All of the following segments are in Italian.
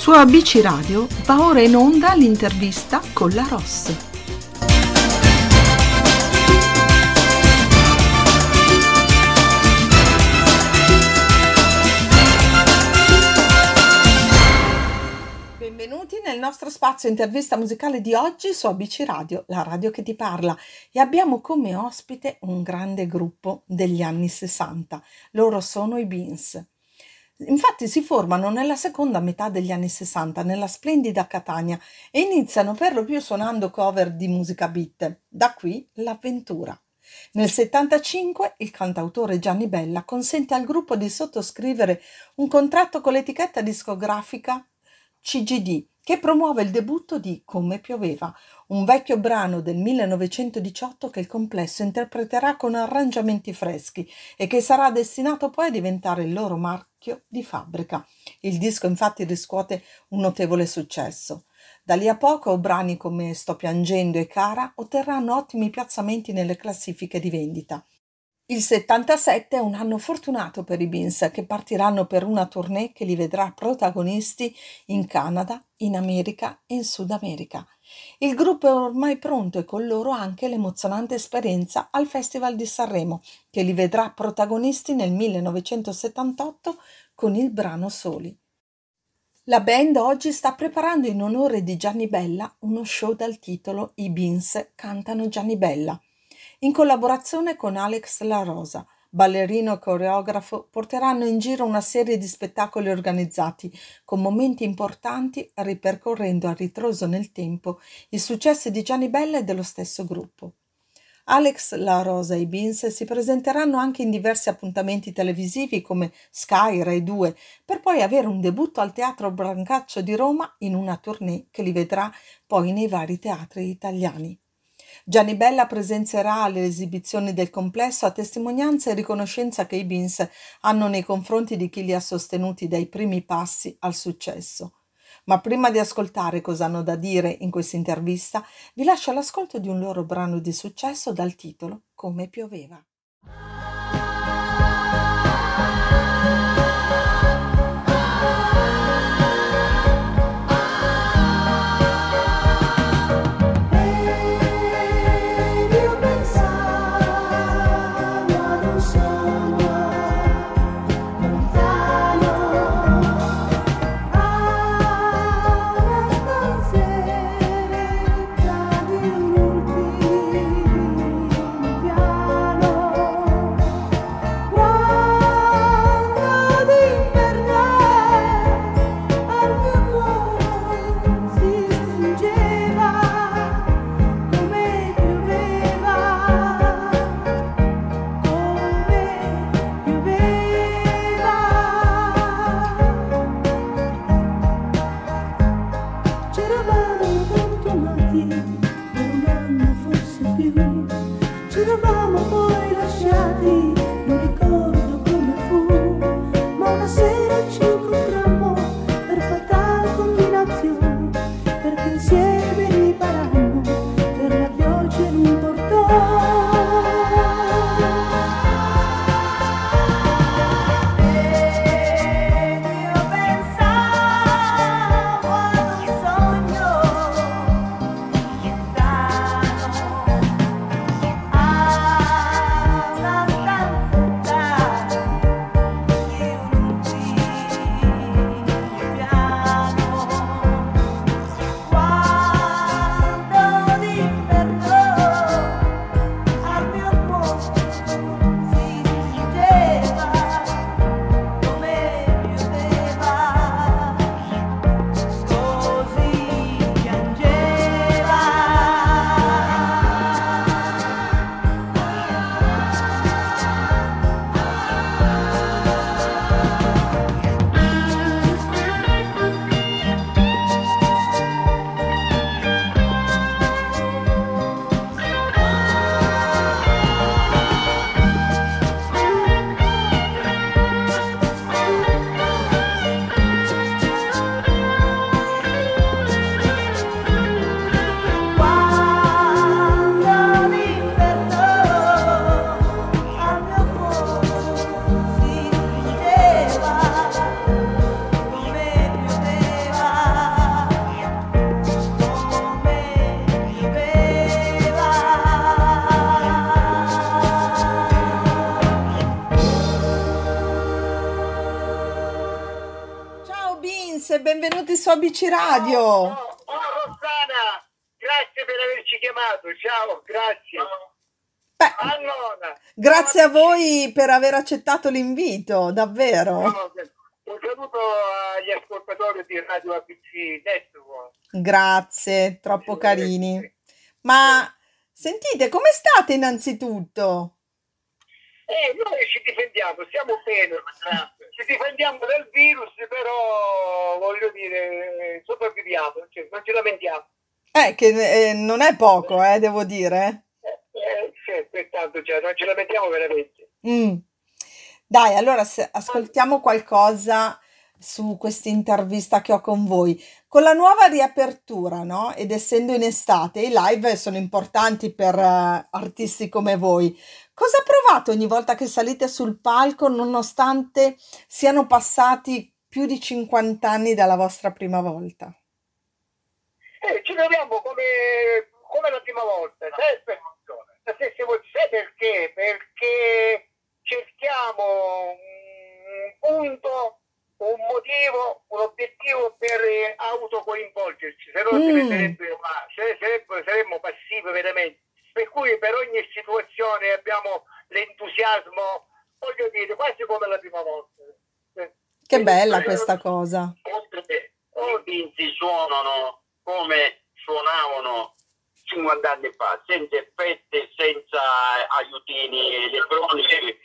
Su ABC Radio va ora in onda l'intervista con la Ross. Benvenuti nel nostro spazio intervista musicale di oggi su ABC Radio, la radio che ti parla, e abbiamo come ospite un grande gruppo degli anni 60. Loro sono i Beans. Infatti si formano nella seconda metà degli anni 60 nella splendida Catania e iniziano per lo più suonando cover di musica beat. Da qui l'avventura. Nel 75 il cantautore Gianni Bella consente al gruppo di sottoscrivere un contratto con l'etichetta discografica CGD, che promuove il debutto di Come pioveva, un vecchio brano del 1918 che il complesso interpreterà con arrangiamenti freschi e che sarà destinato poi a diventare il loro marchio di fabbrica. Il disco infatti riscuote un notevole successo. Da lì a poco brani come Sto piangendo e Cara otterranno ottimi piazzamenti nelle classifiche di vendita. Il 77 è un anno fortunato per i Beans, che partiranno per una tournée che li vedrà protagonisti in Canada, in America e in Sud America. Il gruppo è ormai pronto e con loro anche l'emozionante esperienza al Festival di Sanremo, che li vedrà protagonisti nel 1978 con il brano Soli. La band oggi sta preparando in onore di Gianni Bella uno show dal titolo I Beans cantano Gianni Bella. In collaborazione con Alex La Rosa, ballerino e coreografo, porteranno in giro una serie di spettacoli organizzati con momenti importanti, ripercorrendo a ritroso nel tempo i successi di Gianni Bella e dello stesso gruppo. Alex La Rosa e i Beans si presenteranno anche in diversi appuntamenti televisivi come Sky, Rai 2, per poi avere un debutto al Teatro Brancaccio di Roma in una tournée che li vedrà poi nei vari teatri italiani. Gianni Bella presenzierà alle esibizioni del complesso a testimonianza e riconoscenza che i Beans hanno nei confronti di chi li ha sostenuti dai primi passi al successo. Ma prima di ascoltare cosa hanno da dire in questa intervista, vi lascio all'ascolto di un loro brano di successo dal titolo Come pioveva. Stanza benvenuti su ABC Oh, Radio. oh, oh, Rossana, grazie per averci chiamato. Ciao, grazie. Beh, Allora, ciao grazie a amici. voi per aver accettato l'invito, davvero. No, un saluto agli ascoltatori di Radio ABC Network. Grazie, troppo carini. Ma Eh, sentite, come state innanzitutto? noi ci difendiamo, stiamo bene. Ci difendiamo dal virus, però voglio dire, sopravviviamo, cioè, non ci lamentiamo. Che non è poco, devo dire. Sì, pertanto, cioè, non ci lamentiamo veramente. Mm. Dai, allora ascoltiamo qualcosa su questa intervista che ho con voi. Con la nuova riapertura, no? Ed essendo in estate, i live sono importanti per artisti come voi. Cosa provate ogni volta che salite sul palco, nonostante siano passati più di 50 anni dalla vostra prima volta? Ci troviamo come la prima volta, la stessa emozione, perché? Perché cerchiamo un punto, un motivo, un obiettivo per autocoinvolgerci, se no Mm, saremmo passivi veramente. Per cui per ogni situazione abbiamo l'entusiasmo, voglio dire, quasi come la prima volta. che bella questa cosa. I Vinci suonano come suonavano 50 anni fa, senza effetti, senza aiutini elettronici,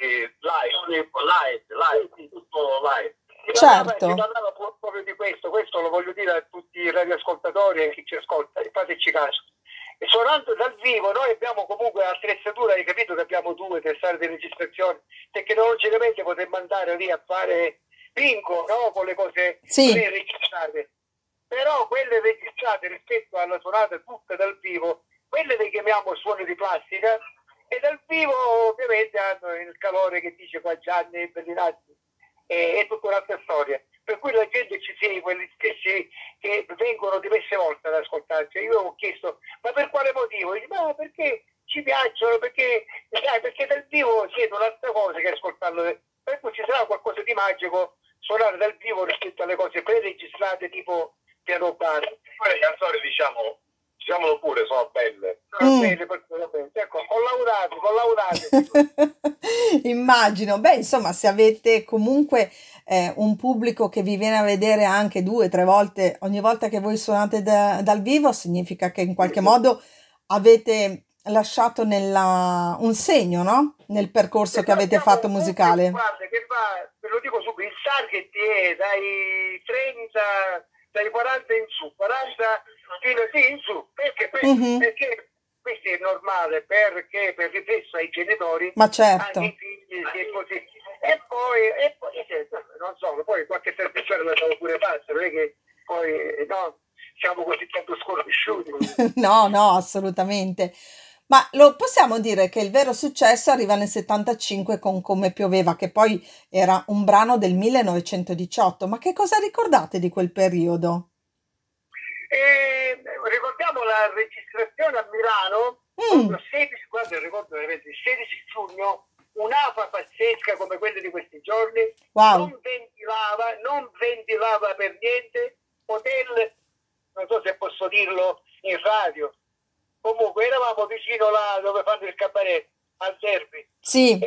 live, tutto live. Certo. Si parlava proprio di questo lo voglio dire a tutti i radioascoltatori e a chi ci ascolta, e fateci caso. E suonando dal vivo noi abbiamo comunque l'attrezzatura, hai capito che abbiamo 2 o 3 sale di registrazione, tecnologicamente potremmo andare lì a fare bingo, no? Con le cose Sì. pre-registrate. Però quelle registrate rispetto alla suonata tutta dal vivo, quelle le chiamiamo suoni di plastica e dal vivo ovviamente hanno il calore che dice qua Gianni Bellinazzi, è tutta un'altra storia. Per cui la gente ci segue, gli stessi che vengono diverse volte ad ascoltarci. Io ho chiesto, ma per quale motivo? Dice, ma perché ci piacciono, perché dal vivo siete un'altra cosa che ascoltarlo. Per cui ci sarà qualcosa di magico suonare dal vivo rispetto alle cose pre-registrate tipo piano bar. Poi le canzoni, diciamolo pure, sono belle. Sono Mm. belle, perfettamente. Ecco, collaudate. Immagino. Beh, insomma, se avete comunque un pubblico che vi viene a vedere anche 2 o 3 volte ogni volta che voi suonate dal vivo, significa che in qualche modo avete lasciato un segno, no? Nel percorso che avete Abbiamo fatto un pubblico, musicale. guarda, che va, ve lo dico subito, il target è dai 30, dai 40 in su, 40 fino sì, in su, Mhm. perché questo è normale, perché per riflesso ai genitori, Ma anche certo. i figli, si è così. E poi non so, poi qualche trasmissione lasciamo pure passa, non è che poi no, siamo così tanto sconosciuti. No, no, assolutamente. Ma lo possiamo dire che il vero successo arriva nel 75 con Come pioveva, che poi era un brano del 1918. Ma che cosa ricordate di quel periodo? Ricordiamo la registrazione a Milano, Mm, proprio 16, guarda, ricordo veramente, il 16 giugno, un'afa pazzesca come quella di questi giorni, wow. non ventilava per niente, hotel, non so se posso dirlo in radio, comunque eravamo vicino là dove fanno il cabaret, al Derby, Sì.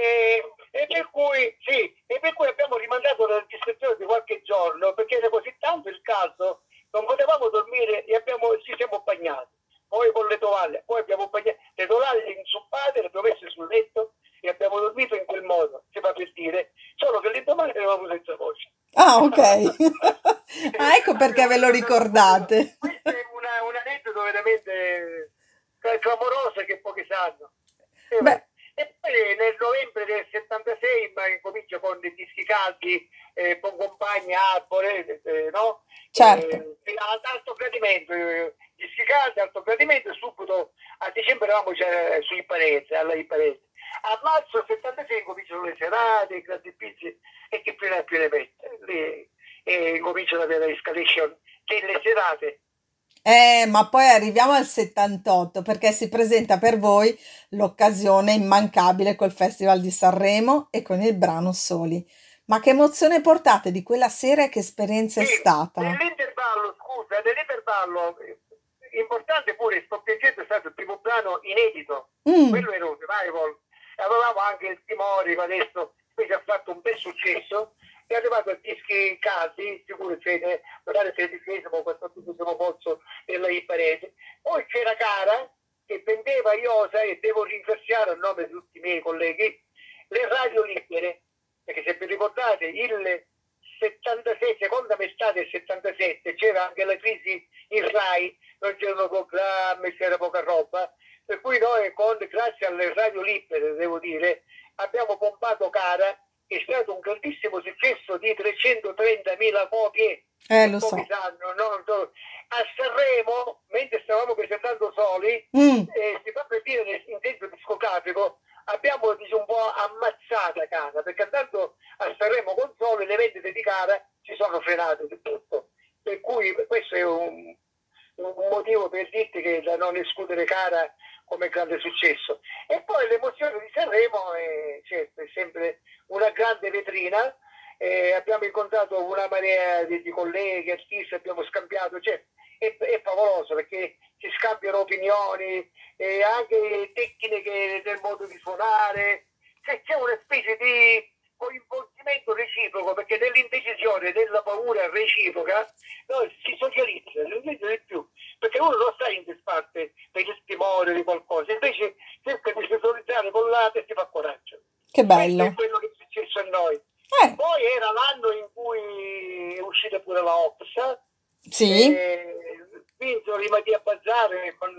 e per cui abbiamo rimandato la registrazione di qualche giorno perché era così tanto il caldo, non potevamo dormire e ci siamo bagnati. Poi con le tovaglie, poi abbiamo bagnato le tovaglie inzuppate, le abbiamo messe sul letto e abbiamo dormito in quel modo, si fa per dire, solo che l'indomani eravamo senza voce. Ah, ok. Ah, ecco perché ve lo ricordate. Questo è un aneddoto veramente clamoroso che pochi sanno. Beh, E poi nel novembre del 76 ma incomincio con i dischi caldi, con compagni, Arbore, no? certo. Ad alto gradimento, dischi caldi, alto gradimento, e subito a dicembre eravamo sui Ipanese, alla Ipanese. A marzo del 76 cominciano le serate, i grandi pizzi e che più ne mette. Lì cominciano ad avere l'escalation delle serate. Ma poi arriviamo al 78 perché si presenta per voi l'occasione immancabile col Festival di Sanremo e con il brano Soli. Ma che emozione portate di quella sera e che esperienza è Sì, stata? ballo. Importante pure, Sto piangendo è stato il primo brano inedito, Mm, quello era un revival. Avevamo anche il Timori, ma adesso invece ha fatto un bel successo. È arrivato a dischi caldi, sicuro c'è magari 13esimo, 14esimo posto nella hit parade. Poi c'era Cara che vendeva Iosa, e devo ringraziare a nome di tutti i miei colleghi le radio libere, perché se vi ricordate il 76, seconda metà del 77 c'era anche la crisi in Rai, non c'erano programmi, c'era poca roba, per cui noi grazie alle radio libere, devo dire, abbiamo pompato Cara, che è stato un grandissimo successo di 330.000 copie, che lo pochi so. sanno, no? A Sanremo, mentre stavamo presentando Soli, Mm, si fa per dire in senso discografico, abbiamo un po' ammazzata Cara, perché andando a Sanremo con Soli le vendite di Cara si sono frenate di tutto. Per cui questo è un motivo per dirti che da non escludere Cara come grande successo. E poi l'emozione di Sanremo è, certo, è sempre una grande vetrina. Abbiamo incontrato una marea di colleghi, artisti, abbiamo scambiato, cioè, è favoloso perché si scambiano opinioni, anche tecniche del modo di suonare, cioè, c'è una specie di coinvolgimento reciproco, perché nell'indecisione, nella paura reciproca, no, si socializza, di più, perché uno non sta in disparte per il timore di qualcosa, invece cerca di socializzare con l'altro e si fa coraggio. che Questo è bello. quello che è successo a noi. Eh, Poi era l'anno in cui è uscita pure la Ops, sì, vinto di Mattia Bazzare con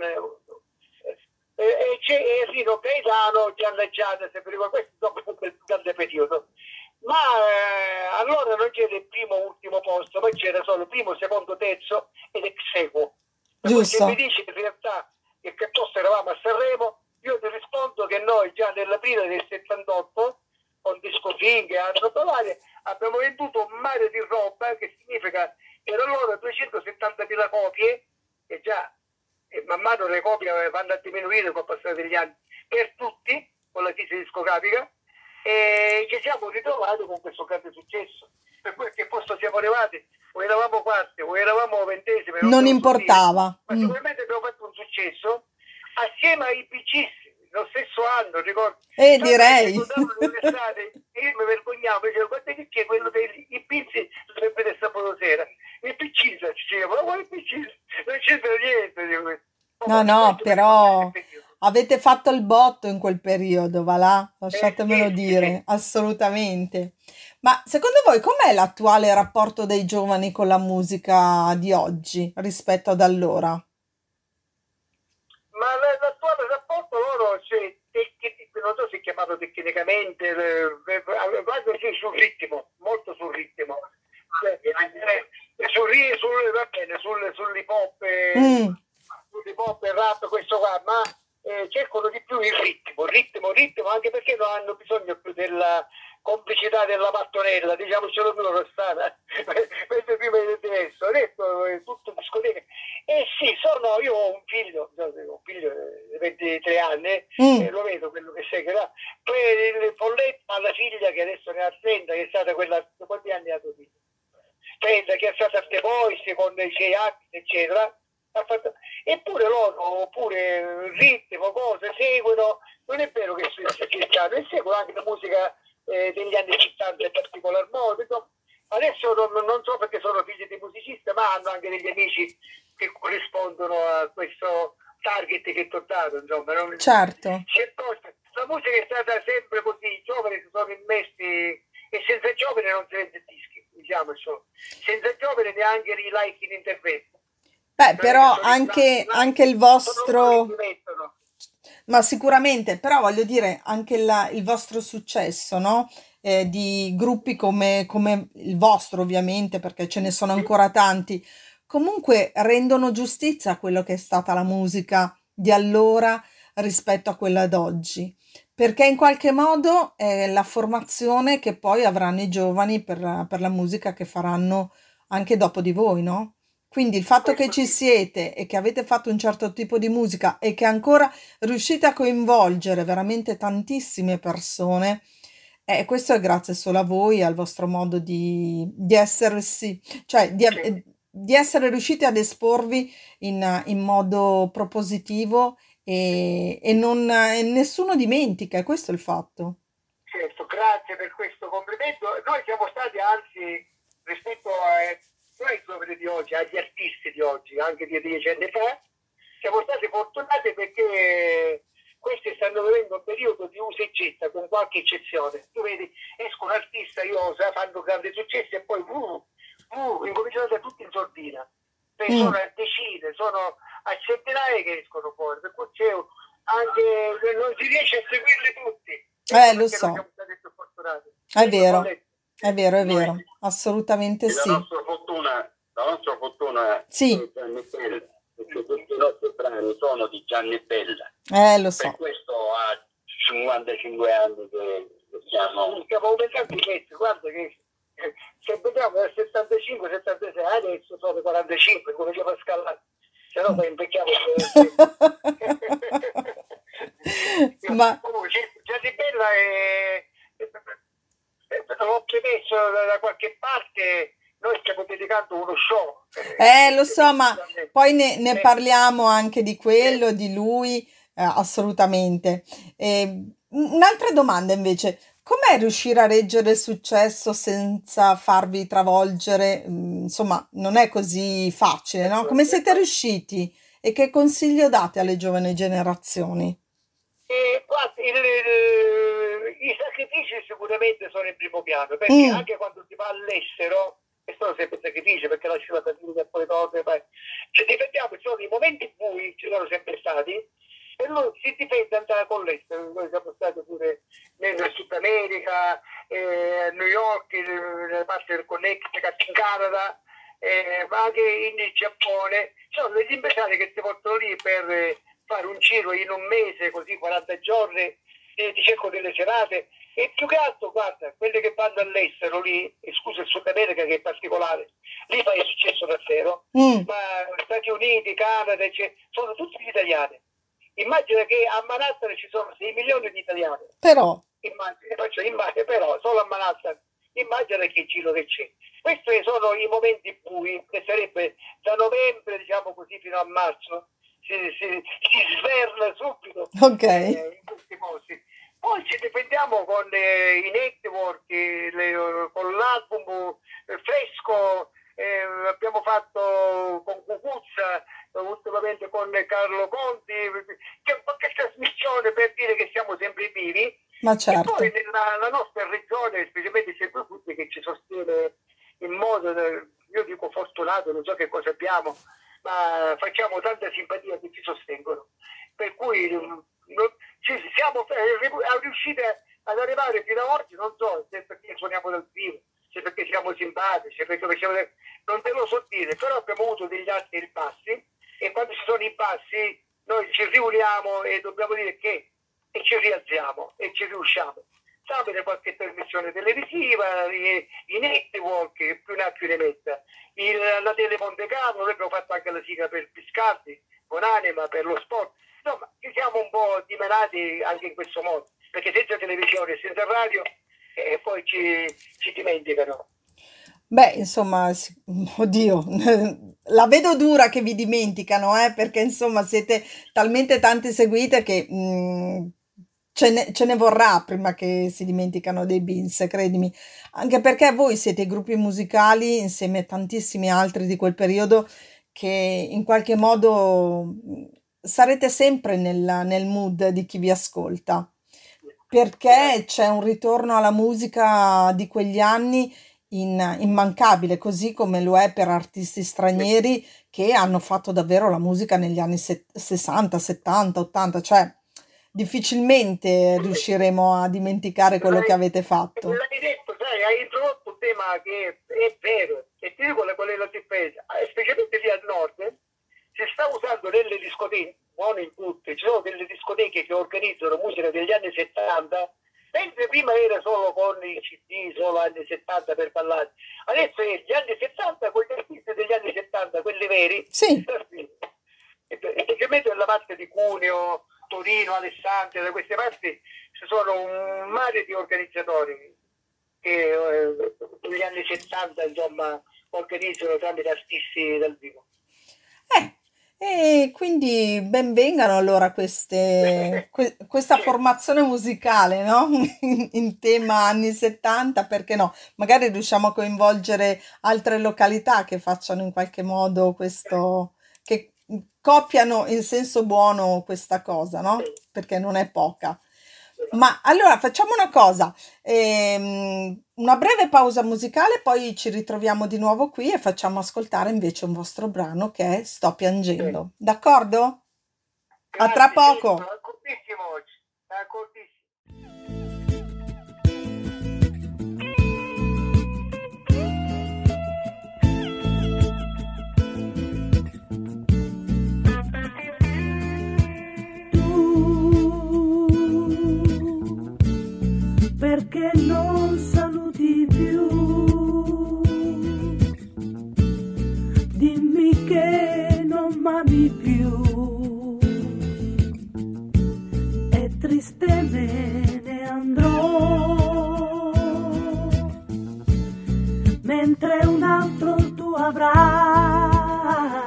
c'è Enrico Gaetano, Gianna Giada, se prima questo dopo quel grande periodo. Ma allora non c'era il primo o ultimo posto, ma c'era solo primo, secondo, terzo ed ex equo. Per cui se mi giusto. dici in realtà che posto eravamo a Sanremo, io ti rispondo che noi già nell'aprile del 78, con discofinghe e altre varie, abbiamo venduto un mare di roba, che significa che era allora 270.000 copie, e già man mano le copie vanno a diminuire con il passare degli anni, per tutti, con la crisi discografica, e ci siamo ritrovati con questo grande successo. Per cui a che posto siamo arrivati? O eravamo quarti, o eravamo ventesimi, non te Non lo so dire, importava. ma sicuramente abbiamo fatto un successo assieme ai PCs, lo stesso anno, ricordo. Tanto che ci Direi. incontravano nell'estate e io mi vergognavo, dicevo, guarda che c'è quello dei pizzi, dovrebbe essere sabato sera. Il PC, dicevo, ma quale PC? Non c'entra niente di questo. No, Comunque, no, questo per ricordare il però periodo. avete fatto il botto in quel periodo, va là, lasciatemelo Sì, sì, sì. dire, assolutamente. Ma secondo voi com'è l'attuale rapporto dei giovani con la musica di oggi rispetto ad allora? Ma l'attuale rapporto loro, cioè, non so se è chiamato tecnicamente, guarda sì, sul ritmo, molto sul ritmo. Cioè, va bene, sull'hip hop, Mm, sull'hip hop e rap, questo qua, ma cercano di più il ritmo, anche perché non hanno bisogno più della complicità della mattonella, diciamocelo più Rossana, questo è prima di adesso, adesso è tutto discoteca. Eh sì, io ho un figlio di 23 anni, mm, lo vedo quello che seguirà. Poi il Folletto ha la figlia che adesso ne ha 30, che è stata quella, quanti anni ha tuo figlio? 30, che è stata a The Voice con i suoi atti, eccetera. Eppure loro, pure ritmo, cose, seguono, non è vero che sono scherzati, e seguono anche la musica degli anni 70 in particolar modo. Insomma, adesso non so perché sono figli di musicisti, ma hanno anche degli amici che corrispondono a questo target che ti ho dato, insomma. certo. La musica è stata sempre così, i giovani si sono immessi, e senza giovani non si vende dischi, diciamoci. Senza giovani neanche i like in intervento. Beh, Non è che però sono i anche like, il sono loro che si vostro, mettono. ma sicuramente, però voglio dire, anche il vostro successo, no? Di gruppi come il vostro, ovviamente, perché ce ne sono ancora tanti, comunque rendono giustizia a quello che è stata la musica di allora rispetto a quella d'oggi, perché in qualche modo è la formazione che poi avranno i giovani per la musica che faranno anche dopo di voi, no? Quindi il fatto che Questo ci sì. siete e che avete fatto un certo tipo di musica e che ancora riuscite a coinvolgere veramente tantissime persone, questo è grazie solo a voi e al vostro modo di essere, sì, cioè Sì. di essere riusciti ad esporvi in modo propositivo e nessuno dimentica, questo è il fatto. Certo, grazie per questo complimento. Noi siamo stati anzi, rispetto ai giovani di oggi, agli artisti di oggi, anche di 10 anni fa, siamo stati fortunati perché questi stanno vivendo un periodo di usa e getta, con qualche eccezione. Tu vedi, escono artisti, io fanno grandi successi e poi incominciano da tutti in sordina. Sono Mm, a decine, sono a centinaia che escono fuori, per cui c'è anche, non si riesce a seguirli tutti. Ecco lo perché noi so, siamo stati più fortunati. è Ecco, vero, Paoletto, è Noi, vero, assolutamente sì. la nostra fortuna Sì, è Gianni Bella, perché tutti i nostri brani sono di Gianni Bella. lo Per so. questo ha 55 anni che siamo. stiamo aumentando i pezzi, guarda che se vediamo dal 75-76 adesso sono 45, cominciamo a scalare, se no poi invecchiamo. Ma Comunque, Gianni Bella l'ho premesso da qualche parte, noi stiamo dedicando uno show. lo so, ma poi ne Eh, parliamo anche di eh, quello, di lui, assolutamente. Un'altra domanda invece, com'è riuscire a reggere il successo senza farvi travolgere? Insomma, non è così facile, no? Come siete ecco, riusciti? E che consiglio date alle giovani generazioni? e guarda, i sacrifici sicuramente sono in primo piano, perché Mm, anche quando si va all'estero, e sono sempre sacrifici, perché lasci la famiglia e poi torni, cioè difendiamo, ci sono i momenti bui, ci sono sempre stati, e noi si difende andare con l'estero. Noi siamo stati pure nel Sud America, a New York, nella parte del Connecticut, in Canada, ma anche in Giappone. Ci sono degli impresari che si portano lì per fare un giro in un mese, così 40 giorni, ti cerco delle serate. E più che altro, guarda, quelli che vanno all'estero lì, e scusa il Sud America che è particolare, lì fai successo davvero, mm, ma Stati Uniti, Canada, sono tutti gli italiani. Immagina che a Manhattan ci sono 6 milioni di italiani. però, Immagina, però, solo a Manhattan. Immagina che giro che c'è. Questi sono i momenti bui, che sarebbe da novembre, diciamo così, fino a marzo. Si sverla subito ok, in questi posti. Poi ci difendiamo con i network, con l'album fresco, abbiamo fatto con Cucuzza, ultimamente con Carlo Conti, c'è qualche trasmissione per dire che siamo sempre vivi. ma E poi certo. nella nostra regione, specialmente Centro Tutti, che ci sostiene in modo, io dico fortunato, non so che cosa abbiamo, ma facciamo tanta simpatia che ci sostengono. Per cui siamo riusciti ad arrivare fino ad oggi, non so se perché suoniamo dal vivo, se perché siamo simpatici, se perché facciamo non te lo so dire, però abbiamo avuto degli alti e bassi, e quando ci sono i bassi noi ci riuniamo e dobbiamo dire che e ci rialziamo e ci riusciamo. Sapete qualche trasmissione televisiva, i network, più ne ha più ne metta. La Tele Monte Carlo, noi abbiamo fatto anche la sigla per Piscardi, con Anima, per lo sport. Insomma, ci siamo un po' dimenati anche in questo modo, perché senza televisione e senza radio poi ci dimenticano. Beh, insomma, oddio, la vedo dura che vi dimenticano, perché insomma siete talmente tante seguite che ce ne vorrà prima che si dimenticano dei Beans, credimi. Anche perché voi siete gruppi musicali insieme a tantissimi altri di quel periodo che in qualche modo sarete sempre nel mood di chi vi ascolta, perché Grazie. c'è un ritorno alla musica di quegli anni immancabile, così come lo è per artisti stranieri che hanno fatto davvero la musica negli anni 60, 70, 80, cioè difficilmente riusciremo a dimenticare quello che avete fatto. L'hai detto, sai, hai introdotto un tema che è vero, e ti dico qual è la differenza, specialmente lì al nord, si sta usando nelle discoteche, non in tutte, ci sono delle discoteche che organizzano musica degli anni 70, mentre prima era solo con i CD, solo anni 70 per ballare, adesso è gli anni 70 con gli artisti degli anni 70, quelli veri, si Sì, sta spingendo. Specialmente nella parte di Cuneo, Torino, Alessandria, da queste parti ci sono mare di organizzatori che negli anni 70 insomma organizzano tramite artisti dal vivo. E quindi ben vengano allora questa Certo, formazione musicale, no? In tema anni 70, perché no? Magari riusciamo a coinvolgere altre località che facciano in qualche modo questo, che copiano in senso buono questa cosa, no? sì, Perché non è poca. esatto. Ma allora facciamo una cosa, una breve pausa musicale, poi ci ritroviamo di nuovo qui e facciamo ascoltare invece un vostro brano che è Sto Sì. piangendo. D'accordo? A tra Grazie, sì, sono poco! d'accordissimo oggi, d'accordissimo. Tu perché non saluti più? Dimmi che non m'ami più e triste me ne andrò, mentre un altro tu avrai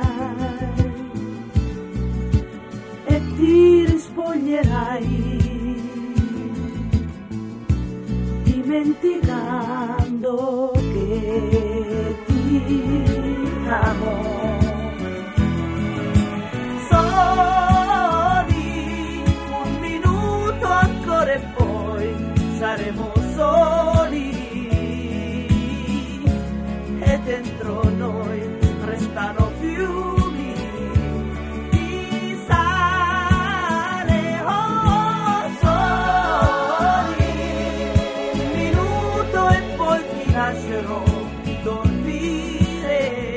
e ti rispoglierai, dimenticando che ti amo. Soli un minuto ancora e poi saremo soli e dentro noi restano fiumi di sale. Oh, soli un minuto e poi ti lascerò dormire,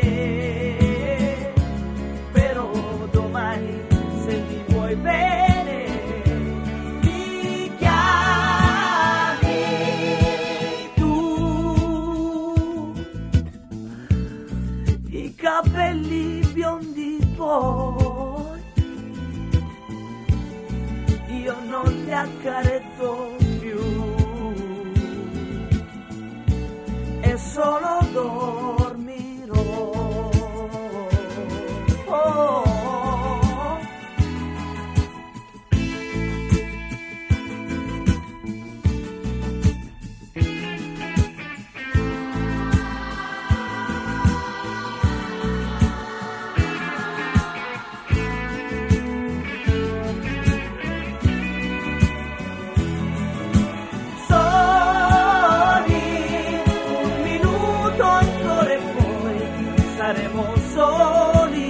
però domani se mi vuoi bene mi chiami tu. I capelli biondi poi io non li accarezzo più e solo dormirò. Oh. Soli un minuto ancora e poi saremo soli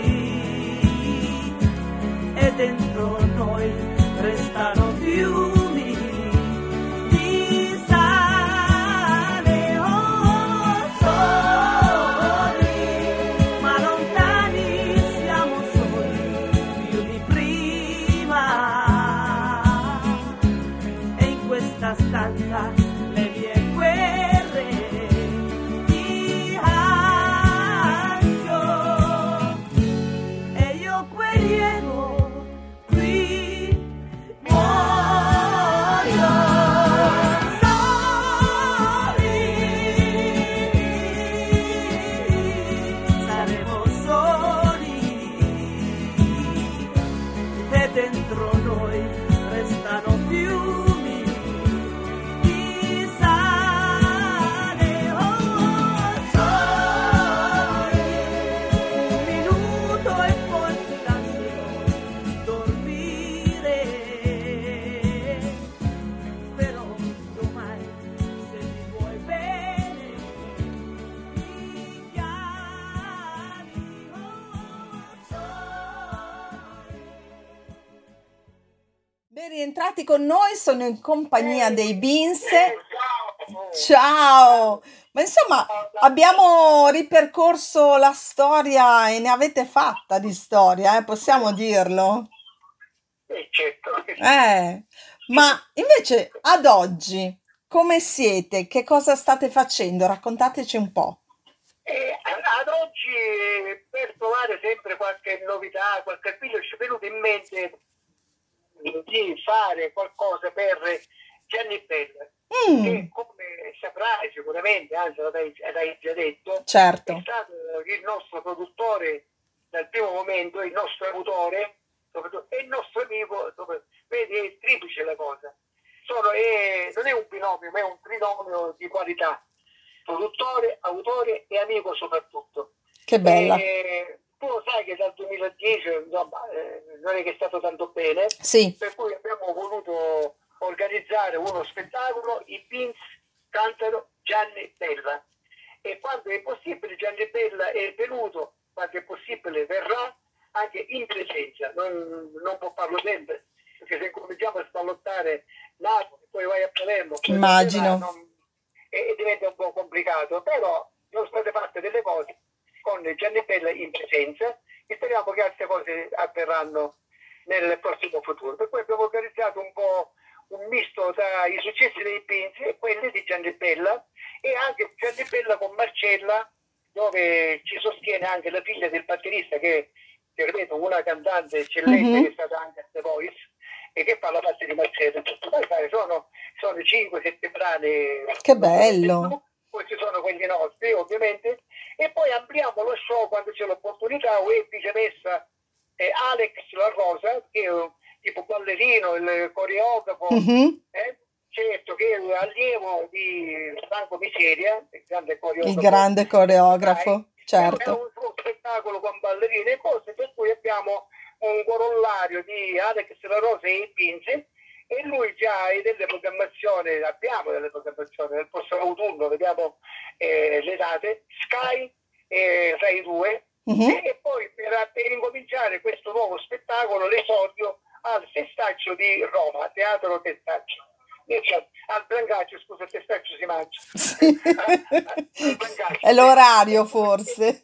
e dentro noi restano fiumi di sale. Oh, soli, ma lontani siamo soli più di prima e in questa stanza le mie guerre di ancho e io guerriero qui muoio. Soli saremo soli e dentro noi restano fiumi di sale. Oh, soli un minuto e poi ti lascerò dormire, però domani se mi vuoi bene mi chiami. Oh, soli. Ben rientrati con noi, sono in compagnia dei Beans. Ciao. Ciao! Ma insomma, abbiamo ripercorso la storia e ne avete fatta di storia, possiamo dirlo? Certo. Ma invece ad oggi come siete? Che cosa state facendo? Raccontateci un po'. Ad oggi, per trovare sempre qualche novità, qualche video, ci è venuto in mente fare qualcosa per Gianni Bella, che come saprai sicuramente sicuramente, anzi l'hai già detto, è certo. stato il nostro produttore dal primo momento, il nostro autore, e il nostro amico, vedi, è triplice la cosa. Non è un binomio, ma è un trinomio di qualità. Produttore, autore e amico soprattutto. Che bella. E tu lo sai che dal 2010 insomma, non è che è stato tanto bene, Sì. per cui abbiamo voluto organizzare uno spettacolo, i Beans cantano Gianni Bella. E quando è possibile Gianni Bella è venuto, quando è possibile verrà anche in presenza, non può farlo sempre, perché se cominciamo a spallottare Napoli, poi vai a Palermo, poi Immagino. e diventa un po' complicato, però sono state fatte delle cose con Gianni Bella in presenza e speriamo che altre cose avverranno nel prossimo futuro. Per cui abbiamo organizzato un po' un misto tra i successi dei Beans e quelli di Gianni Bella, e anche Gianni Bella con Marcella, dove ci sostiene anche la figlia del batterista, che ripeto, una cantante eccellente, che è stata anche a The Voice e che fa la parte di Marcella. Sono 5-7 brani. Che bello. Poi ci sono quelli nostri, ovviamente, e poi ampliamo lo show quando c'è l'opportunità, e viceversa. Alex La Rosa, che è tipo ballerino, il coreografo, certo, che è allievo di Franco Miseria, il grande coreografo. Il grande coreografo, È certo. un suo spettacolo con ballerine e cose, per cui abbiamo un corollario di Alex La Rosa e i Pinze, e lui già ha delle programmazioni, abbiamo delle programmazioni nel prossimo autunno, vediamo le date, Sky e Rai 2, e poi per incominciare questo nuovo spettacolo, l'esordio al Testaccio di Roma, Teatro Testaccio. Al Brancaccio, scusa, il Testaccio si mangia. Sì. Al Brancaccio. È l'orario forse.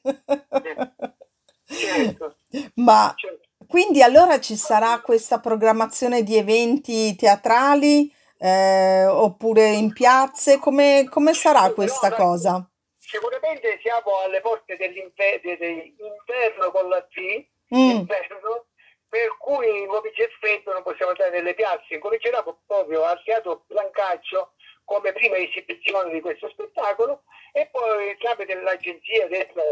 Certo. Ma Certo. quindi allora ci sarà questa programmazione di eventi teatrali oppure in piazze? Come sarà questa No, cosa? sicuramente siamo alle porte dell'interno con la T, inverno, per i nuovi ci effetto non possiamo andare nelle piazze. Comincerà proprio al Teatro Brancaccio come prima esibizione di questo spettacolo, e poi tramite l'agenzia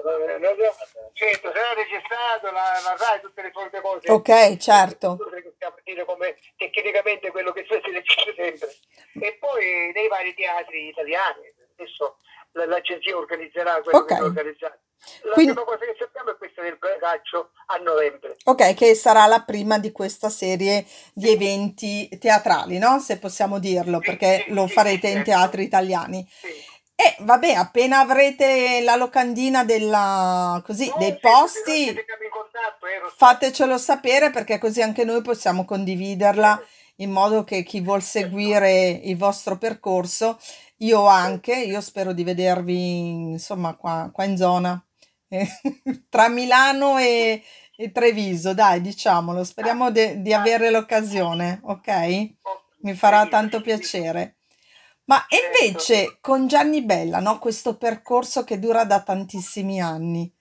certo, sarà registrato la RAI, tutte le solite cose. Ok, certo. Possiamo dire come tecnicamente quello che si registra sempre. E poi nei vari teatri italiani. Adesso l'agenzia organizzerà quello che deve organizzare. La prima cosa che sappiamo è questa del Brancaccio a novembre. Ok, che sarà la prima di questa serie di eventi teatrali, no? Se possiamo dirlo, perché lo farete in teatri italiani. E vabbè, appena avrete la locandina dei posti, fatecelo sapere, perché così anche noi possiamo condividerla in modo che chi vuol seguire il vostro percorso, io spero di vedervi insomma qua in zona. Tra Milano e Treviso, dai, diciamolo, speriamo di avere l'occasione, ok? Mi farà tanto piacere. Ma invece con Gianni Bella, no? Questo percorso che dura da tantissimi anni,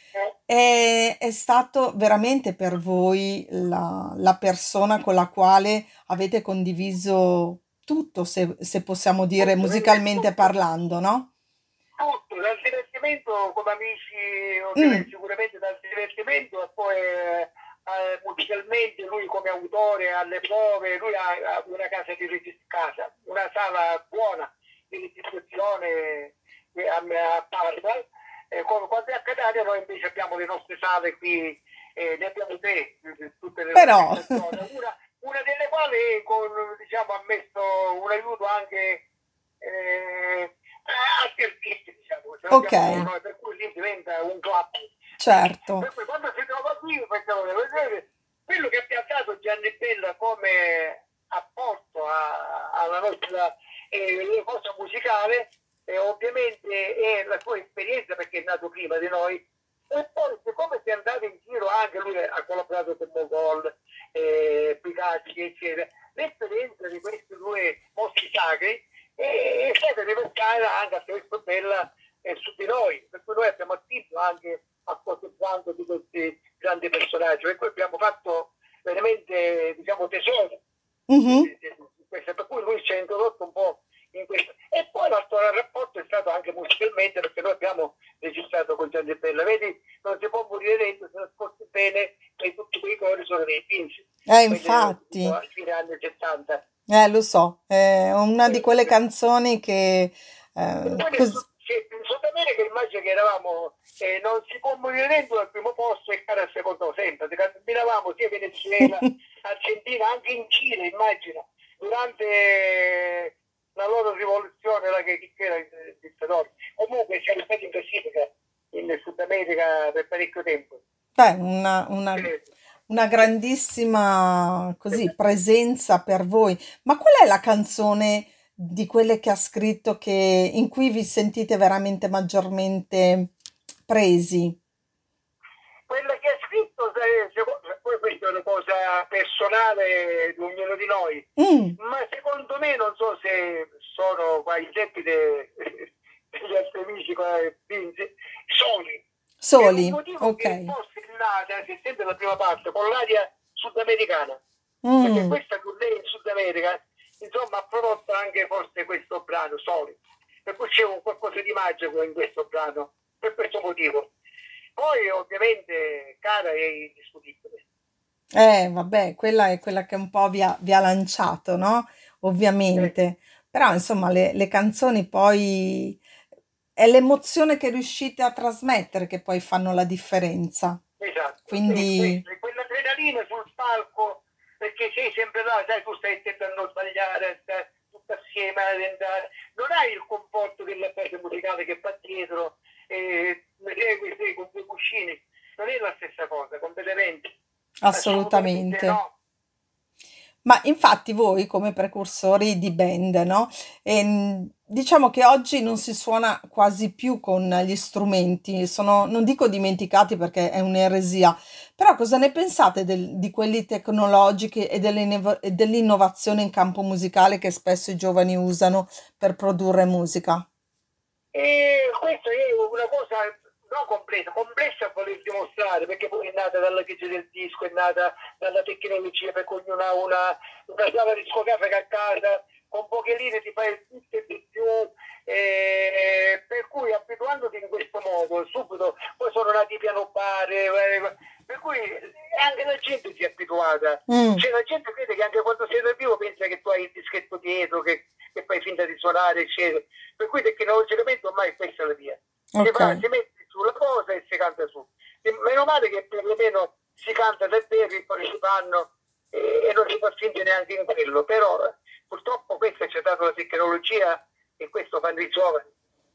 è stato veramente per voi la persona con la quale avete condiviso tutto, se possiamo dire, musicalmente parlando, no? Tutto, dal divertimento come amici, ovviamente, sicuramente dal divertimento, e poi musicalmente lui come autore alle prove, lui ha una casa una sala buona di registrazione a Parma. Quando è a Catania noi invece abbiamo le nostre sale qui, ne abbiamo tre, tutte le una delle quali diciamo, ha messo un aiuto anche altri artisti, diciamo, Ok. per cui lì diventa un club. Certo. Per cui quando si trova qui, quello che ha piazzato Gianni Bella come apporto alla nostra cosa musicale, ovviamente è la sua esperienza, perché è nato prima di noi, e poi siccome si è andato in giro, anche lui ha collaborato con Mogol, Picacci, eccetera, l'esperienza di questi due mostri sacri è stata riversata anche attraverso Bella su di noi, per cui noi abbiamo attivo anche a quanto di questi grandi personaggi, per cui abbiamo fatto veramente, diciamo, tesoro. Per cui lui ci ha introdotto un po' in questo. E poi l'altro rapporto è stato anche musicalmente, perché noi abbiamo registrato con Gianni Bella, vedi, non si può morire dentro, se ascolti bene, che tutti quei cori sono dei Pins, quelli Infatti, a fine anni 70. lo so, è una di quelle Eh, canzoni che E poi in Sud America immagino che eravamo, non si può morire dentro al primo posto e cara al secondo sempre, camminavamo sia Venezuela, Argentina, anche in Cile, immagino, durante la loro rivoluzione, che era il dittatore. Comunque siamo stati in classifica in Sud America per parecchio tempo. beh, Eh, una grandissima così, presenza per voi. Ma qual è la canzone di quelle che ha scritto in cui vi sentite veramente maggiormente presi? Quella che ha scritto, poi questa è una cosa personale di ognuno di noi, Mm, ma secondo me non so se sono qua i tempi degli altri amici qua, Vinci, soli, per un soli, motivo ok. che forse è nata, si sente la prima parte, con l'aria sudamericana, perché Mm. questa con lei in Sud America, insomma, ha prodotto anche forse questo brano, soli, per cui c'è un qualcosa di magico in questo brano, per questo motivo. Poi ovviamente Cara è indiscutibile. Vabbè, quella è quella che un po' vi ha lanciato, no? Eh, Ovviamente. Però, insomma, le canzoni poi è l'emozione che riuscite a trasmettere che poi fanno la differenza. esatto, vedi, Quindi, questa, quell'adrenalina sul palco, perché sei sempre là, sai, tu stai attento a non sbagliare, stai tutto assieme a diventare. Non hai il conforto della parte musicale che fa dietro, mi segui con due cuscini, non è la stessa cosa, completamente. Assolutamente assolutamente. no. Ma infatti voi come precursori di band, no? Diciamo che oggi non si suona quasi più con gli strumenti, sono, non dico dimenticati perché è un'eresia, però cosa ne pensate di quelli tecnologici e e dell'innovazione in campo musicale che spesso i giovani usano per produrre musica? E questa è una cosa non complessa, complessa a voler dimostrare, perché poi è nata dalla chiesa del disco, è nata dalla tecnologia, per cui ognuno ha una sala discografica a casa, con poche linee ti fai tutto e di più, per cui abituandoti in questo modo, subito, poi sono nati i piano bar, per cui anche la gente si è abituata. Mm, Cioè la gente crede che anche quando sei dal vivo pensa che tu hai il dischetto dietro, che fai finta di suonare, eccetera. Per cui tecnologicamente ormai questa è la via. ok. Si mette sulla cosa e si canta su. E meno male che perlomeno si canta davvero, poi si fanno e non si fa finta neanche in quello. Però purtroppo questa ci ha dato la tecnologia e questo fanno i giovani.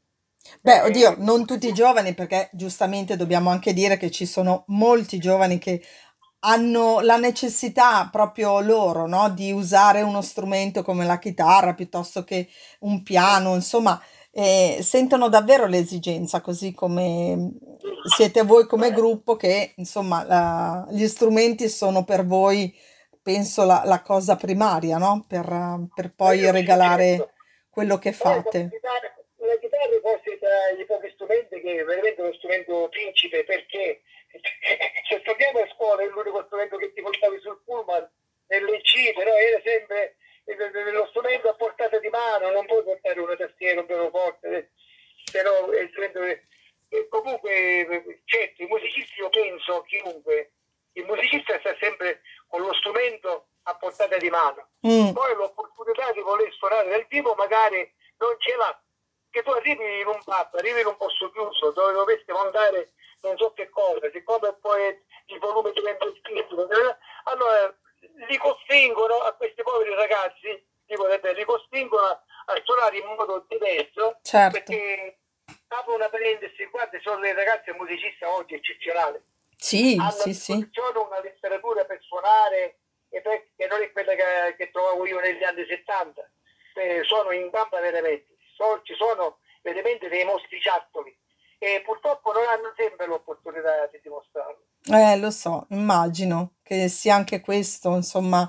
Beh, oddio, Eh, non tutti i giovani, perché giustamente dobbiamo anche dire che ci sono molti giovani che hanno la necessità proprio loro, no, di usare uno strumento come la chitarra piuttosto che un piano, insomma, sentono davvero l'esigenza, così come siete voi come gruppo, che insomma gli strumenti sono per voi, penso, la cosa primaria, no? Per poi quello sì, regalare certo. quello che Poi fate. la chitarra forse è tra i pochi strumenti che è veramente uno strumento principe, perché se torniamo a scuola è l'unico strumento che ti portavi sul pullman nelle gite, no? Era sempre lo strumento a portata di mano, non puoi portare una tastiera, un pianoforte, se no è il strumento e comunque certo, i musicisti, io penso, chiunque, il musicista sta sempre con lo strumento a portata di mano, Mm, poi l'opportunità di voler suonare dal vivo magari non ce l'ha, che tu arrivi in un pub, arrivi in un posto chiuso dove dovresti montare non so che cosa, siccome poi il volume diventa piccolo, allora li costringono a questi poveri ragazzi, li costringono a suonare in modo diverso, certo. perché apro una parentesi, guarda, sono dei ragazzi musicisti oggi eccezionali, Sì, hanno a sì, sì. disposizione una letteratura per suonare che non è quella che trovavo io negli anni 70. Sono in gamba veramente, ci sono veramente dei mostriciattoli e purtroppo non hanno sempre l'opportunità di dimostrarlo. Lo so, immagino che sia anche questo, insomma,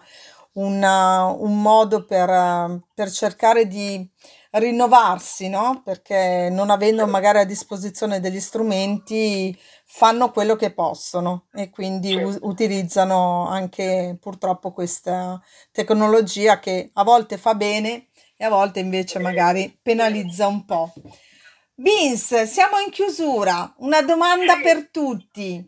un modo per cercare di rinnovarsi, no? Perché non avendo Certo, magari a disposizione degli strumenti, fanno quello che possono e quindi certo. utilizzano anche purtroppo questa tecnologia che a volte fa bene e a volte invece magari penalizza un po'. Vince, siamo in chiusura. Una domanda per tutti.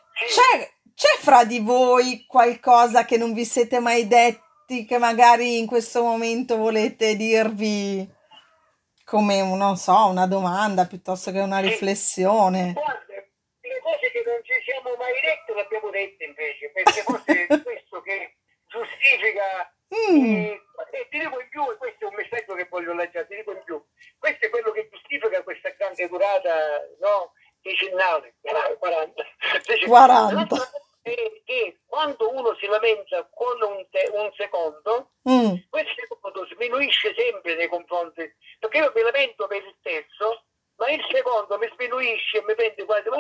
C'è fra di voi qualcosa che non vi siete mai detti, che magari in questo momento volete dirvi come, non so, una domanda piuttosto che una riflessione? Guarda, le cose che non ci siamo mai dette le abbiamo dette invece, perché forse è questo che giustifica e ti dico in più, e questo è un messaggio che voglio lanciare, ti dico in più, questo è quello che giustifica questa grande durata, no, decennale, 40. 40. È che quando uno si lamenta con un secondo, quel secondo sminuisce sempre nei confronti, perché io mi lamento per il terzo, ma il secondo mi sminuisce, mi prende quasi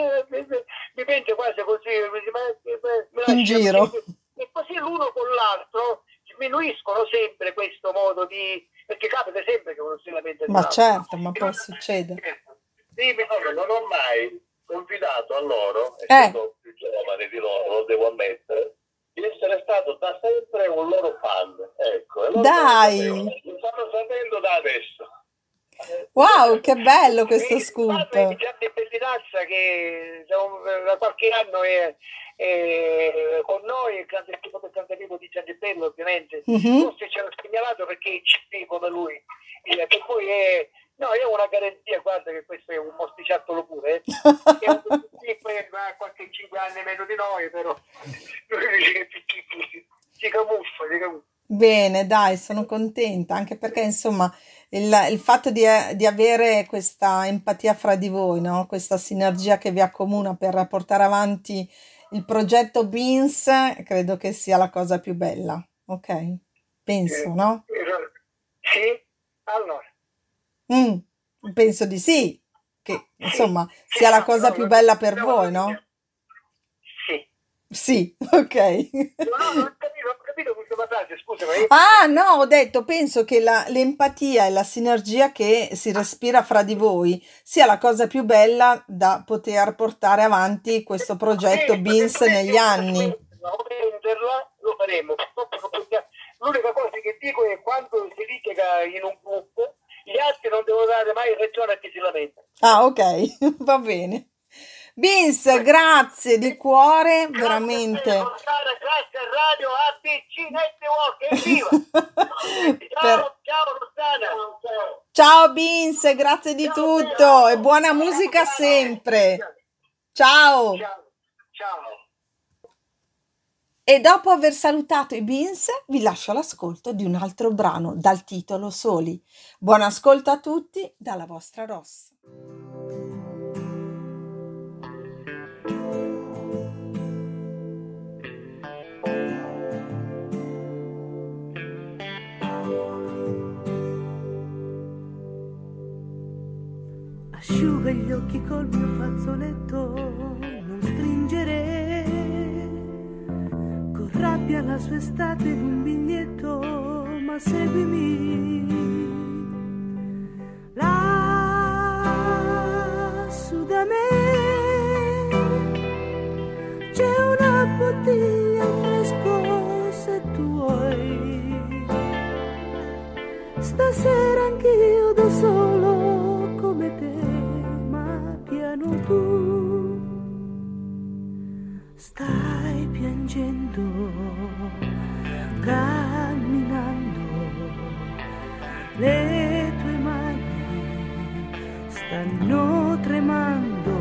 così, mi In giro. e così l'uno con l'altro sminuiscono sempre questo modo di, perché capita sempre che uno si lamenta di Ma l'altro. certo, ma può succedere. Dimmi, Non ho mai confidato a loro, essendo più giovane di loro, lo devo ammettere, di essere stato da sempre un loro fan. Ecco, e loro Dai! lo stanno sapendo da adesso. Wow, che bello questo scoop! Gianni Bellinazza che da qualche anno è con noi, il grande tipo del grande amico di Gianni Bello ovviamente, forse ci hanno segnalato perché è CP come lui, che poi è una garanzia, guarda che questo è un mosticciattolo pure, ha qualche 5 anni meno di noi, però lui si camuffa. Bene, dai, sono contenta, anche perché insomma il fatto di avere questa empatia fra di voi, no? Questa sinergia che vi accomuna per portare avanti il progetto Beans, credo che sia la cosa più bella, ok? Penso, no? Sì, allora. Penso di sì, che insomma sia la cosa più bella per voi, no? Sì, ok. Non ho capito questa frase, scusami. Ah, no, ho detto, penso che l'empatia e la sinergia che si respira fra di voi sia la cosa più bella da poter portare avanti questo progetto Beans negli anni. Lo faremo. L'unica cosa che dico è quando si litiga in un gruppo, gli altri non devono dare mai ragione a chi si lamenta. Ah, ok, va bene. Vince, grazie di cuore, veramente. Grazie a Radio ABC Network, evviva! Ciao Rossana! Ciao Vince, grazie di tutto e buona musica sempre. Ciao! Ciao! E dopo aver salutato i Beans, vi lascio all'ascolto di un altro brano dal titolo Soli. Buon ascolto a tutti dalla vostra Ross. Asciuga gli occhi col mio fazzoletto, non stringere con rabbia la sua estate in un biglietto, ma seguimi lassù da me. C'è una bottiglia al fresco se tu vuoi, stasera anch'io da solo come te, ma piano tu stai piangendo, camminando, le tue mani stanno tremando,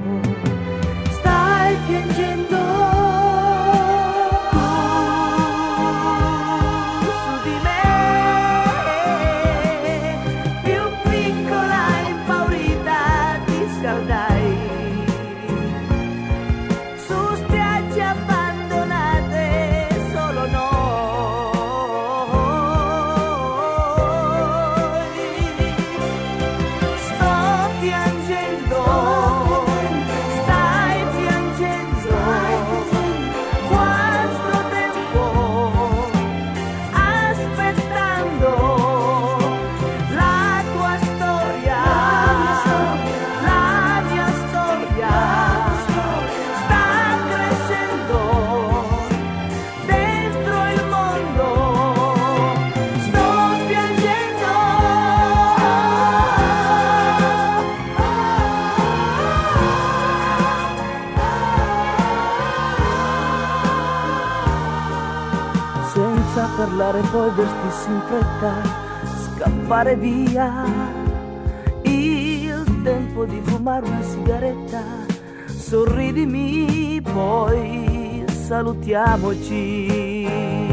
stai piangendo. Sto piangendo. parlare poi vestirsi in fretta, scappare via. Il tempo di fumare una sigaretta, sorridimi, poi salutiamoci.